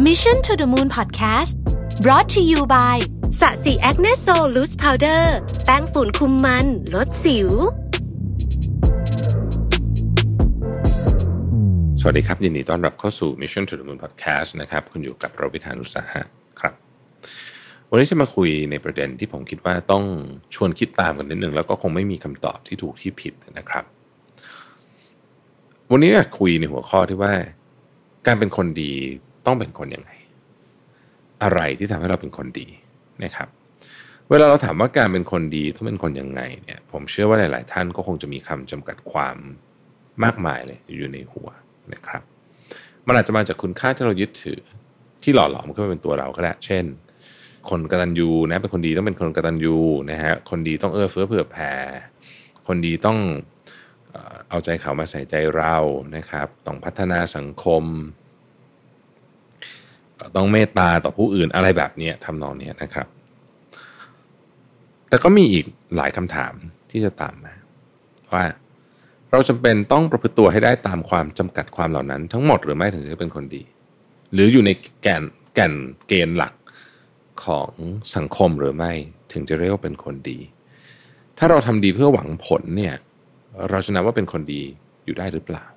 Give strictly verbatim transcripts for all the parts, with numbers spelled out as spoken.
Mission to the Moon Podcast brought to you by สะสีแอคเนสโซลูสพาวเดอร์แป้งฝุ่นคุมมันลดสิวสวัสดีครับยินดีต้อนรับเข้าสู่ Mission to the Moon Podcast นะครับคุณอยู่กับเราวิธานุสาหะครับวันนี้จะมาคุยในประเด็นที่ผมคิดว่าต้องชวนคิดตามกันนิดนึงแล้วก็คงไม่มีคำตอบที่ถูกที่ผิดนะครับวันนี้อยากคุยในหัวข้อที่ว่าการเป็นคนดีต้องเป็นคนยังไงอะไรที่ทำให้เราเป็นคนดีนะครับเวลาเราถามว่าการเป็นคนดีต้องเป็นคนยังไงเนี่ยผมเชื่อว่าหลายๆท่านก็คงจะมีคำจำกัดความมากมายเลยอยู่ในหัวนะครับมันอาจจะมาจากคุณค่าที่เรายึดถือที่หล่อหลอมขึ้นมาเป็นตัวเราก็ได้เช่นคนกตัญญูนะเป็นคนดีต้องเป็นคนกตัญญูนะฮะคนดีต้องเอื้อเฟื้อเผื่อแผ่คนดีต้องเอาใจเขามาใส่ใจเรานะครับต้องพัฒนาสังคมต้องเมตตาต่อผู้อื่นอะไรแบบนี้ทำนองนี้นะครับแต่ก็มีอีกหลายคำถามที่จะตามมาว่าเราจำเป็นต้องประพฤติตัวให้ได้ตามความจำกัดความเหล่านั้นทั้งหมดหรือไม่ถึงจะเป็นคนดีหรืออยู่ในแก่นแก่นเกณฑ์หลักของสังคมหรือไม่ถึงจะเรียกว่าเป็นคนดีถ้าเราทำดีเพื่อหวังผลเนี่ยเราจะนับว่าเป็นคนดีอยู่ได้หรือเปล่า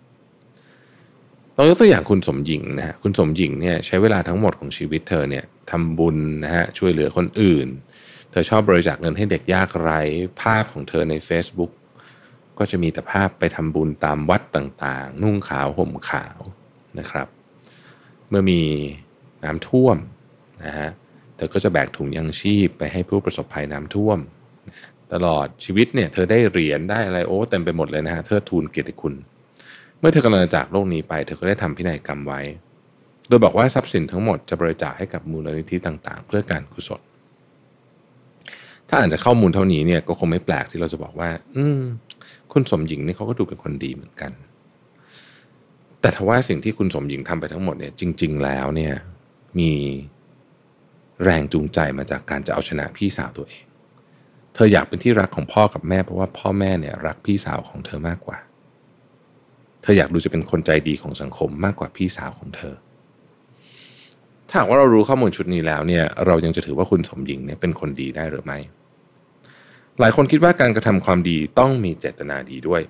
เรายกตัวอย่างคุณสมหญิงนะฮะคุณสมหญิงเนี่ยใช้เวลาทั้งหมดของชีวิตเธอเนี่ยทำบุญนะฮะช่วยเหลือคนอื่นเธอชอบบริจาคเงินให้เด็กยากไร้ภาพของเธอใน Facebook ก็จะมีแต่ภาพไปทำบุญตามวัดต่างๆนุ่งขาวห่มขาวนะครับเมื่อมีน้ำท่วมนะฮะเธอก็จะแบกถุงยังชีพไปให้ผู้ประสบภัยน้ำท่วมตลอดชีวิตเนี่ยเธอได้เหรียญได้อะไรโอ้เต็มไปหมดเลยนะฮะเทิดทูนเกียรติคุณเมื่อเธอกำลังจากโลกนี้ไปเธอก็ได้ทำพินัยกรรมไว้โดยบอกว่าทรัพย์สินทั้งหมดจะบริจาคให้กับมูลนิธิต่างๆเพื่อการกุศลถ้าอ่านจากข้อมูลเท่านี้เนี่ยก็คงไม่แปลกที่เราจะบอกว่าอืมคุณสมหญิงนี่เขาก็ดูเป็นคนดีเหมือนกันแต่ทว่าสิ่งที่คุณสมหญิงทำไปทั้งหมดเนี่ยจริงๆแล้วเนี่ยมีแรงจูงใจมาจากการจะเอาชนะพี่สาวตัวเองเธออยากเป็นที่รักของพ่อกับแม่เพราะว่าพ่อแม่เนี่ยรักพี่สาวของเธอมากกว่าเธออยากดูจะเป็นคนใจดีของสังคมมากกว่าพี่สาวของเธอถ้าหากว่าเรารู้ข้อมูลชุดนี้แล้วเนี่ยเรายังจะถือว่าคุณสมหญิงเนี่ยเป็นคนดีได้หรือไม่หลายคนคิดว่าการกระทำความดีต้องมีเจตนาดีด้วย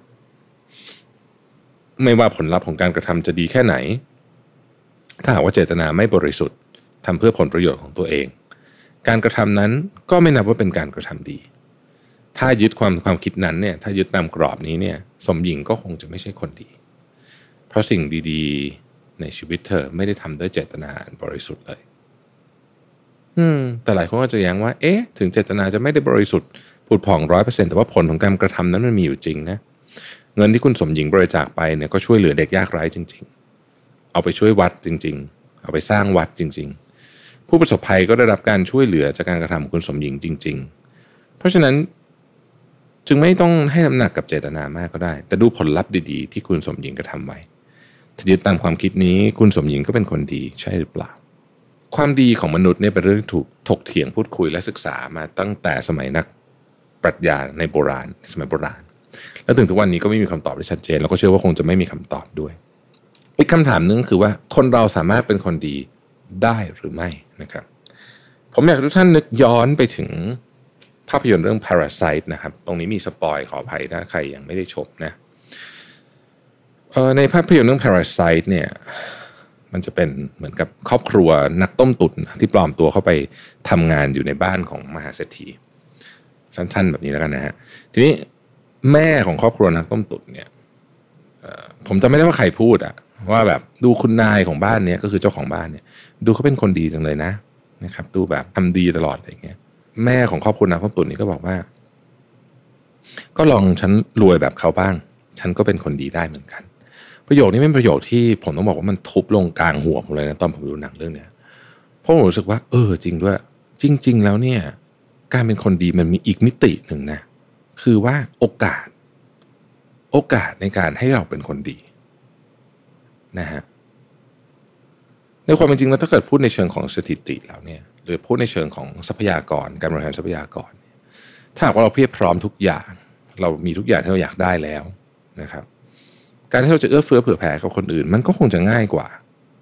ไม่ว่าผลลัพธ์ของการกระทำจะดีแค่ไหนถ้าหากว่าเจตนาไม่บริสุทธิ์ทำเพื่อผลประโยชน์ของตัวเองการกระทำนั้นก็ไม่นับว่าเป็นการกระทำดีถ้ายึดความความคิดนั้นเนี่ยถ้ายึดตามกรอบนี้เนี่ยสมหญิงก็คงจะไม่ใช่คนดีเพราะสิ่งดีๆในชีวิตเธอไม่ได้ทำด้วยเจตนาบริสุทธิ์เลยอืมแต่หลายคนก็จะแย้งว่าเอ๊ะถึงเจตนาจะไม่ได้บริสุทธิ์ผุดผ่อง ร้อยเปอร์เซ็นต์ แต่ว่าผลของการกระทำนั้นมันมีอยู่จริงนะเงินที่คุณสมหญิงบริจาคไปเนี่ยก็ช่วยเหลือเด็กยากไร้จริงๆเอาไปช่วยวัดจริงๆเอาไปสร้างวัดจริงๆผู้ประสบภัยก็ได้รับการช่วยเหลือจากการกระทำของคุณสมหญิงจริงๆเพราะฉะนั้นจึงไม่ต้องให้น้ำหนักกับเจตนามากก็ได้แต่ดูผลลัพธ์ดีๆที่คุณสมหญิงกระทำไว้ถ้ายึดตามความคิดนี้คุณสมหญิงก็เป็นคนดีใช่หรือเปล่าความดีของมนุษย์เนี่ยเป็นเรื่องที่ถูกถกเถียงพูดคุยและศึกษามาตั้งแต่สมัยนักปรัชญาในโบราณสมัยโบราณแล้วถึงทุกวันนี้ก็ไม่มีคำตอบที่ชัดเจนแล้วก็เชื่อว่าคงจะไม่มีคำตอบด้วยอีกคำถามนึงคือว่าคนเราสามารถเป็นคนดีได้หรือไม่นะครับผมอยากให้ทุกท่านนึกย้อนไปถึงภาพยนตร์เรื่อง Parasite นะครับตรงนี้มีสปอยขออภัยถ้าใครยังไม่ได้ชมนะเอ่อในภาพยนตร์เรื่อง Parasite เนี่ยมันจะเป็นเหมือนกับครอบครัวนักต้มตุ๋นที่ปลอมตัวเข้าไปทำงานอยู่ในบ้านของมหาเศรษฐีสั้นๆแบบนี้แล้วกันนะฮะทีนี้แม่ของครอบครัวนักต้มตุ๋นเนี่ยผมจำไม่ได้ว่าใครพูดอะว่าแบบดูคุณนายของบ้านเนี้ยก็คือเจ้าของบ้านเนี่ยดูเขาเป็นคนดีจังเลยนะนะครับดูแบบทำดีตลอดอะไรอย่างเงี้ยแม่ของครอบครัวนักต้มตุ๋นนี่ก็บอกว่าก็ลองฉันรวยแบบเขาบ้างฉันก็เป็นคนดีได้เหมือนกันประโยคนี้เป็นประโยคที่ผมต้องบอกว่ามันทุบลงกลางหัวผมเลยนะตอนผมดูหนังเรื่องเนี้ยเพราะผมรู้สึกว่าเออจริงด้วยจริงๆแล้วเนี่ยการเป็นคนดีมันมีอีกมิติหนึ่งนะคือว่าโอกาสโอกาสในการให้เราเป็นคนดีนะฮะในความเป็นจริงแล้วถ้าเกิดพูดในเชิงของสถิติแล้วเนี่ยหรือพูดในเชิงของทรัพยากรการบริหารทรัพยากรถ้าหากว่าเราเพียบพร้อมทุกอย่างเรามีทุกอย่างที่เราอยากได้แล้วนะครับการที่เราจะเอื้อเฟื้อเผื่อแผ่กับคนอื่นมันก็คงจะง่ายกว่า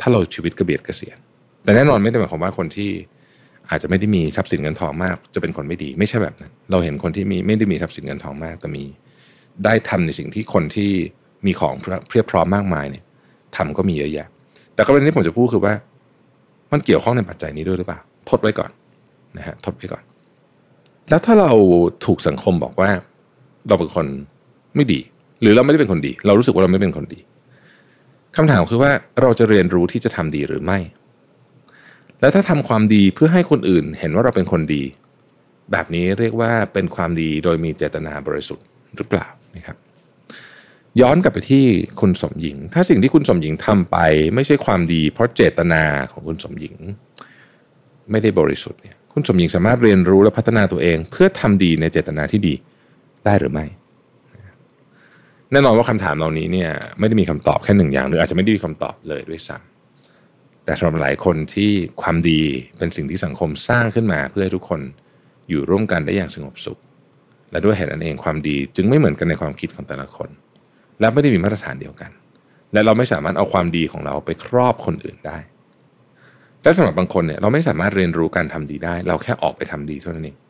ถ้าเราชีวิตกระเบียดกระเสียนแต่แน่นอนไม่ได้หมายความว่าคนที่อาจจะไม่ได้มีทรัพย์สินเงินทองมากจะเป็นคนไม่ดีไม่ใช่แบบนั้นเราเห็นคนที่มีไม่ได้มีทรัพย์สินเงินทองมากแต่มีได้ทำในสิ่งที่คนที่มีของเพียบพร้อมมากมายเนี่ยทำก็มีเยอะแยะแต่กรณีที่ผมจะพูดคือว่ามันเกี่ยวข้องในปัจจัยนี้ด้วยหรือเปล่าทดไว้ก่อนนะฮะทดไว้ก่อนแล้วถ้าเราถูกสังคมบอกว่าเราเป็นคนไม่ดีหรือเราไม่ได้เป็นคนดีเรารู้สึกว่าเราไม่เป็นคนดีคำถามคือว่าเราจะเรียนรู้ที่จะทำดีหรือไม่แล้วถ้าทำความดีเพื่อให้คนอื่นเห็นว่าเราเป็นคนดีแบบนี้เรียกว่าเป็นความดีโดยมีเจตนาบริสุทธิ์หรือเปล่านะครับย้อนกลับไปที่คุณสมหญิงถ้าสิ่งที่คุณสมหญิงทำไปไม่ใช่ความดีเพราะเจตนาของคุณสมหญิงไม่ได้บริสุทธิ์เนี่ยคุณสมหญิงสามารถเรียนรู้และพัฒนาตัวเองเพื่อทำดีในเจตนาที่ดีได้หรือไม่แน่นอนว่าคำถามเหล่านี้เนี่ยไม่ได้มีคำตอบแค่หนึ่งอย่างหรืออาจจะไม่ได้มีคำตอบเลยด้วยซ้ำแต่สำหรับหลายคนที่ความดีเป็นสิ่งที่สังคมสร้างขึ้นมาเพื่อให้ทุกคนอยู่ร่วมกันได้อย่างสงบสุขและด้วยเหตุนั้นเองความดีจึงไม่เหมือนกันในความคิดของแต่ละคนและไม่ได้มีมาตรฐานเดียวกันและเราไม่สามารถเอาความดีของเราไปครอบคนอื่นได้แต่สำหรับบางคนเนี่ยเราไม่สามารถเรียนรู้การทำดีได้เราแค่ออกไปทำดีเท่านั้นเอง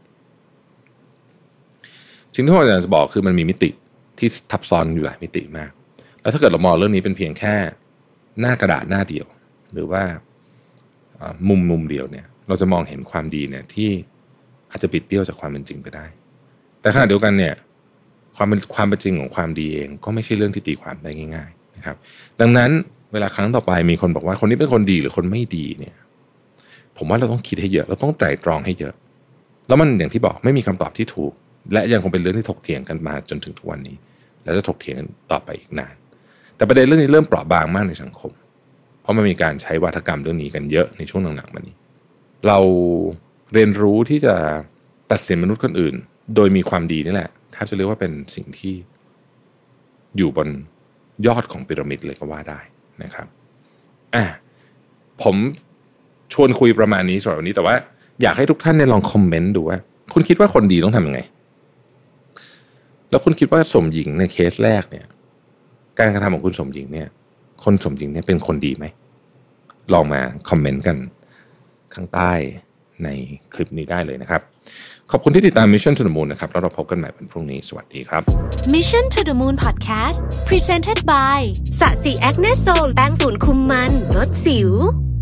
สิ่งที่ผมอยากจะบอกคือมันมีมิติที่ทับซ้อนอยู่หลายมิติมากแล้วถ้าเกิดเรามองเรื่องนี้เป็นเพียงแค่หน้ากระดาษหน้าเดียวหรือว่ามุมมุมเดียวเนี่ยเราจะมองเห็นความดีเนี่ยที่อาจจะบิดเบี้ยวจากความเป็นจริงไปได้แต่ขณะเดียวกันเนี่ยความเป็นความเป็นจริงของความดีเองก็ไม่ใช่เรื่องที่ตีความได้ง่ายๆนะครับดังนั้นเวลาครั้งต่อไปมีคนบอกว่าคนนี้เป็นคนดีหรือคนไม่ดีเนี่ยผมว่าเราต้องคิดให้เยอะเราต้องไตร่ตรองให้เยอะแล้วมันอย่างที่บอกไม่มีคำตอบที่ถูกและยังคงเป็นเรื่องที่ถกเถียงกันมาจนถึงทุกวันนี้และจะถกเถียงกันต่อไปอีกนานแต่ประเด็นเรื่องนี้เริ่มเปราะบางมากในสังคมเพราะมันมีการใช้วาทกรรมเรื่องนี้กันเยอะในช่วงหลังๆมานี้เราเรียนรู้ที่จะตัดสินมนุษย์คนอื่นโดยมีความดีนี่แหละแทบจะเรียกว่าเป็นสิ่งที่อยู่บนยอดของพีระมิดเลยก็ว่าได้นะครับอ่ะผมชวนคุยประมาณนี้สำหรับวันนี้แต่ว่าอยากให้ทุกท่านเนี่ยลองคอมเมนต์ดูว่าคุณคิดว่าคนดีต้องทำยังไงแล้วคุณคิดว่าสมหญิงในเคสแรกเนี่ยการกระทำของคุณสมหญิงเนี่ยคนสมหญิงเนี่ยเป็นคนดีไหมลองมาคอมเมนต์กันข้างใต้ในคลิปนี้ได้เลยนะครับขอบคุณที่ติดตาม Mission to the Moon นะครับแล้วเราพบกันใหม่วันพรุ่งนี้สวัสดีครับ Mission to the Moon Podcast Presented by สะสีแอคเนสโซลแป้งฝุ่นคุมมันลดสิว